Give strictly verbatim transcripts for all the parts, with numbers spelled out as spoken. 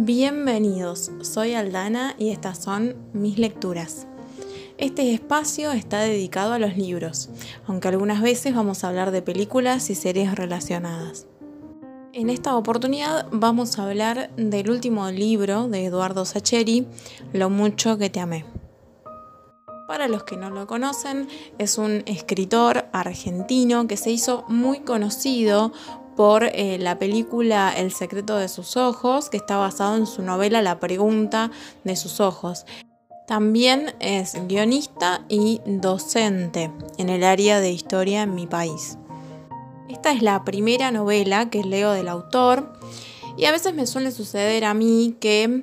Bienvenidos, soy Aldana y estas son mis lecturas. Este espacio está dedicado a los libros, aunque algunas veces vamos a hablar de películas y series relacionadas. En esta oportunidad vamos a hablar del último libro de Eduardo Sacheri, Lo mucho que te amé. Para los que no lo conocen, es un escritor argentino que se hizo muy conocido por eh, la película El secreto de sus ojos, que está basado en su novela La pregunta de sus ojos. También es guionista y docente en el área de historia en mi país. Esta es la primera novela que leo del autor y a veces me suele suceder a mí que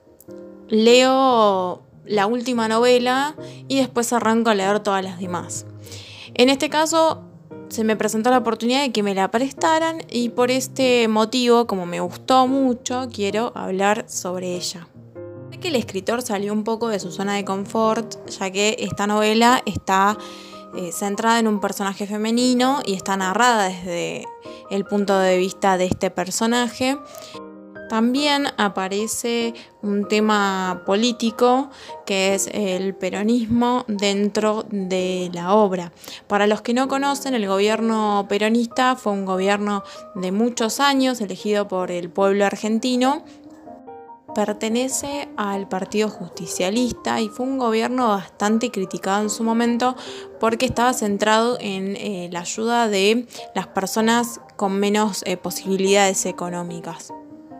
leo la última novela y después arranco a leer todas las demás. En este caso se me presentó la oportunidad de que me la prestaran y por este motivo, como me gustó mucho, quiero hablar sobre ella. Sé que el escritor salió un poco de su zona de confort, ya que esta novela está eh, centrada en un personaje femenino y está narrada desde el punto de vista de este personaje. También aparece un tema político que es el peronismo dentro de la obra. Para los que no conocen, el gobierno peronista fue un gobierno de muchos años elegido por el pueblo argentino. Pertenece al Partido Justicialista y fue un gobierno bastante criticado en su momento porque estaba centrado en eh, la ayuda de las personas con menos eh, posibilidades económicas.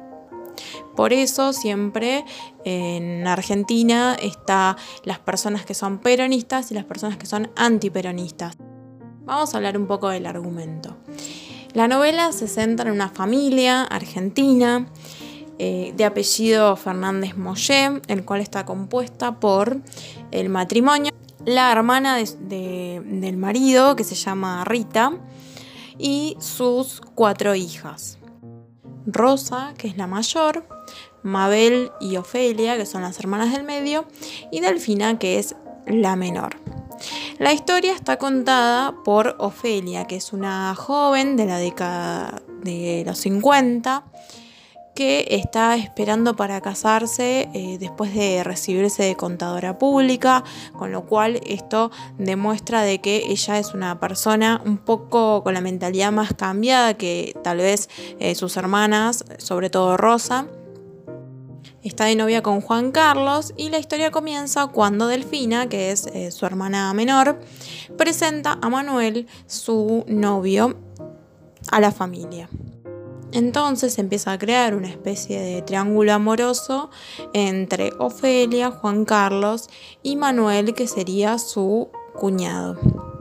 Por eso siempre en Argentina están las personas que son peronistas y las personas que son antiperonistas. Vamos a hablar un poco del argumento. La novela se centra en una familia argentina eh, de apellido Fernández Moyé, el cual está compuesta por el matrimonio, la hermana de, de, del marido, que se llama Rita, y sus cuatro hijas. Rosa, que es la mayor, Mabel y Ofelia, que son las hermanas del medio, y Delfina, que es la menor. La historia está contada por Ofelia, que es una joven de la década de los cincuenta, que está esperando para casarse eh, después de recibirse de contadora pública, con lo cual esto demuestra de que ella es una persona un poco con la mentalidad más cambiada que tal vez eh, sus hermanas, sobre todo Rosa. Está de novia con Juan Carlos y la historia comienza cuando Delfina, que es eh, su hermana menor, presenta a Manuel, su novio, a la familia. Entonces se empieza a crear una especie de triángulo amoroso entre Ofelia, Juan Carlos y Manuel, que sería su cuñado.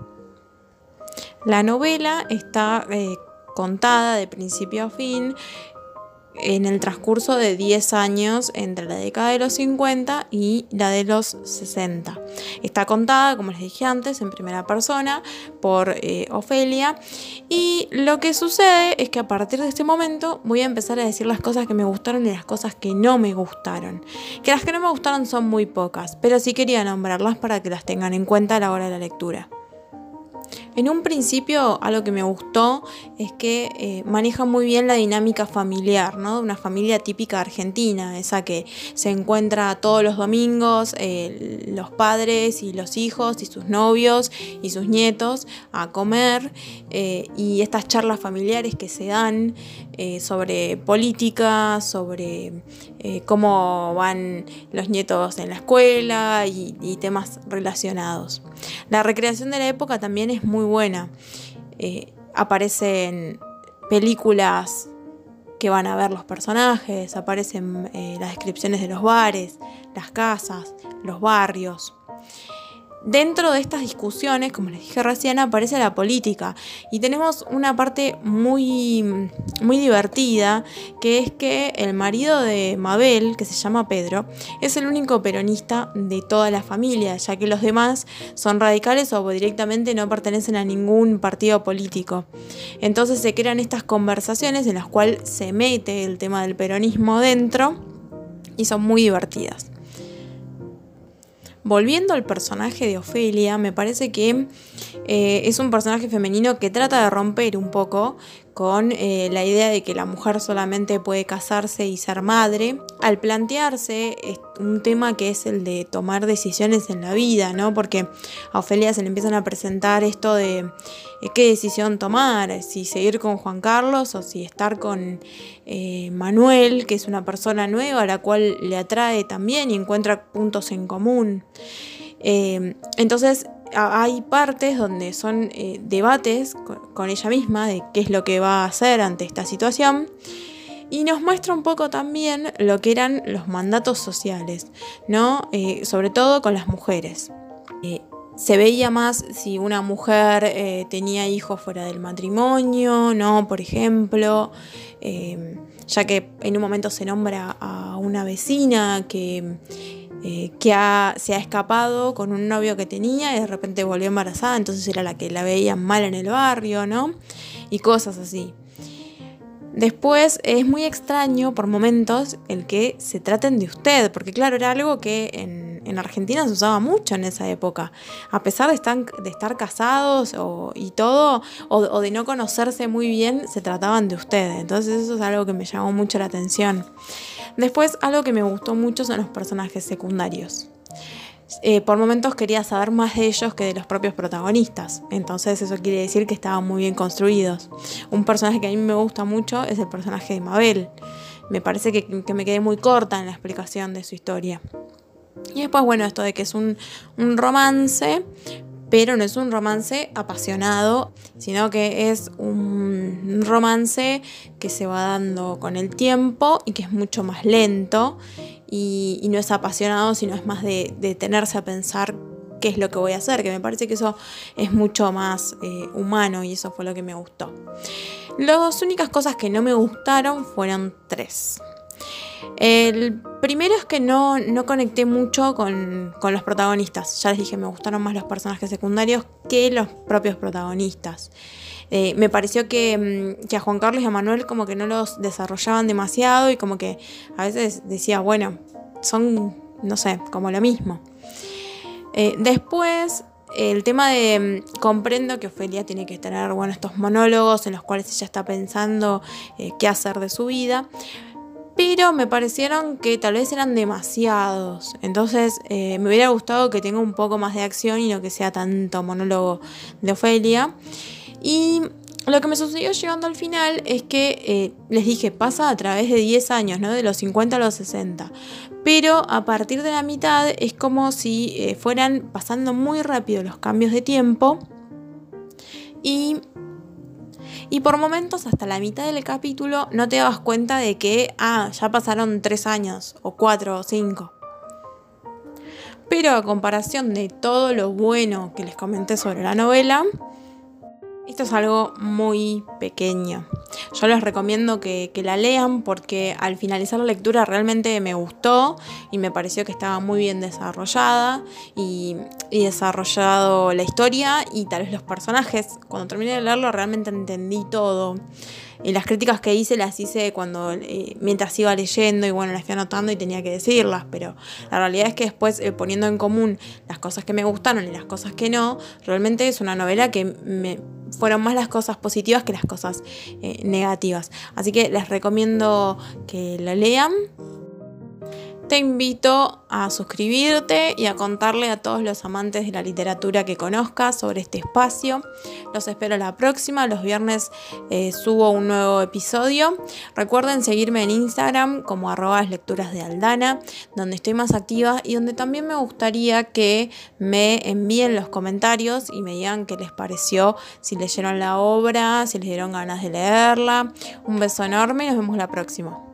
La novela está eh, contada de principio a fin en el transcurso de diez años entre la década de los cincuenta y la de los sesenta. Está contada, como les dije antes, en primera persona por eh, Ofelia, y lo que sucede es que a partir de este momento voy a empezar a decir las cosas que me gustaron y las cosas que no me gustaron. Que las que no me gustaron son muy pocas, pero sí quería nombrarlas para que las tengan en cuenta a la hora de la lectura. En un principio, algo que me gustó es que eh, maneja muy bien la dinámica familiar, ¿no? Una familia típica argentina, esa que se encuentra todos los domingos, eh, los padres y los hijos y sus novios y sus nietos a comer, eh, y estas charlas familiares que se dan eh, sobre política, sobre eh, cómo van los nietos en la escuela y, y temas relacionados. La recreación de la época también es muy buena. Eh, aparecen películas que van a ver los personajes, aparecen eh, las descripciones de los bares, las casas, los barrios. Dentro de estas discusiones, como les dije recién, aparece la política y tenemos una parte muy, muy divertida, que es que el marido de Mabel, que se llama Pedro, es el único peronista de toda la familia, ya que los demás son radicales o directamente no pertenecen a ningún partido político. Entonces se crean estas conversaciones en las cuales se mete el tema del peronismo dentro y son muy divertidas. Volviendo al personaje de Ofelia, me parece que eh, es un personaje femenino que trata de romper un poco con eh, la idea de que la mujer solamente puede casarse y ser madre, al plantearse un tema que es el de tomar decisiones en la vida, ¿no? Porque a Ofelia se le empiezan a presentar esto de eh, qué decisión tomar, si seguir con Juan Carlos o si estar con eh, Manuel, que es una persona nueva a la cual le atrae también y encuentra puntos en común. Eh, entonces hay partes donde son eh, debates con, con ella misma de qué es lo que va a hacer ante esta situación, y nos muestra un poco también lo que eran los mandatos sociales, ¿no? Eh, sobre todo con las mujeres. Eh, se veía más si una mujer eh, tenía hijos fuera del matrimonio, ¿no? Por ejemplo, eh, ya que en un momento se nombra a una vecina que... Eh, que ha, se ha escapado con un novio que tenía y de repente volvió embarazada, entonces era la que la veían mal en el barrio, ¿no? Y cosas así. Después es muy extraño por momentos el que se traten de usted, porque claro, era algo que en, en Argentina se usaba mucho en esa época. A pesar de estar, de estar casados o, y todo, o, o de no conocerse muy bien, se trataban de usted. Entonces eso es algo que me llamó mucho la atención. Después, algo que me gustó mucho son los personajes secundarios. Eh, por momentos quería saber más de ellos que de los propios protagonistas. Entonces eso quiere decir que estaban muy bien construidos. Un personaje que a mí me gusta mucho es el personaje de Mabel. Me parece que, que me quedé muy corta en la explicación de su historia. Y después, bueno, esto de que es un, un romance, pero no es un romance apasionado, sino que es un romance que se va dando con el tiempo y que es mucho más lento y, y no es apasionado, sino es más de, de detenerse a pensar qué es lo que voy a hacer, que me parece que eso es mucho más eh, humano y eso fue lo que me gustó. Las únicas cosas que no me gustaron fueron tres. El primero es que no, no conecté mucho con, con los protagonistas. Ya les dije, me gustaron más los personajes secundarios que los propios protagonistas. Eh, me pareció que, que a Juan Carlos y a Manuel como que no los desarrollaban demasiado y como que a veces decía, bueno, son, no sé, como lo mismo. Eh, después, el tema de comprendo que Ofelia tiene que tener, bueno, estos monólogos en los cuales ella está pensando eh, qué hacer de su vida. Pero me parecieron que tal vez eran demasiados. Entonces eh, me hubiera gustado que tenga un poco más de acción y no que sea tanto monólogo de Ofelia. Y lo que me sucedió llegando al final es que, eh, les dije, pasa a través de diez años, ¿no? De los cincuenta a los sesenta. Pero a partir de la mitad es como si eh, fueran pasando muy rápido los cambios de tiempo. Y... Y por momentos, hasta la mitad del capítulo, no te das cuenta de que, ah, ya pasaron tres años, o cuatro, o cinco. Pero a comparación de todo lo bueno que les comenté sobre la novela, esto es algo muy pequeño. Yo les recomiendo que, que la lean porque al finalizar la lectura realmente me gustó y me pareció que estaba muy bien desarrollada y, y desarrollado la historia y tal vez los personajes. Cuando terminé de leerlo realmente entendí todo. Y las críticas que hice las hice cuando eh, mientras iba leyendo y bueno, las fui anotando y tenía que decirlas, pero la realidad es que después eh, poniendo en común las cosas que me gustaron y las cosas que no, realmente es una novela que me fueron más las cosas positivas que las cosas eh, negativas. Así que les recomiendo que la lean. Te invito a suscribirte y a contarle a todos los amantes de la literatura que conozcas sobre este espacio. Los espero la próxima. Los viernes eh, subo un nuevo episodio. Recuerden seguirme en Instagram como arroba lecturas de Aldana, donde estoy más activa y donde también me gustaría que me envíen los comentarios y me digan qué les pareció, si leyeron la obra, si les dieron ganas de leerla. Un beso enorme y nos vemos la próxima.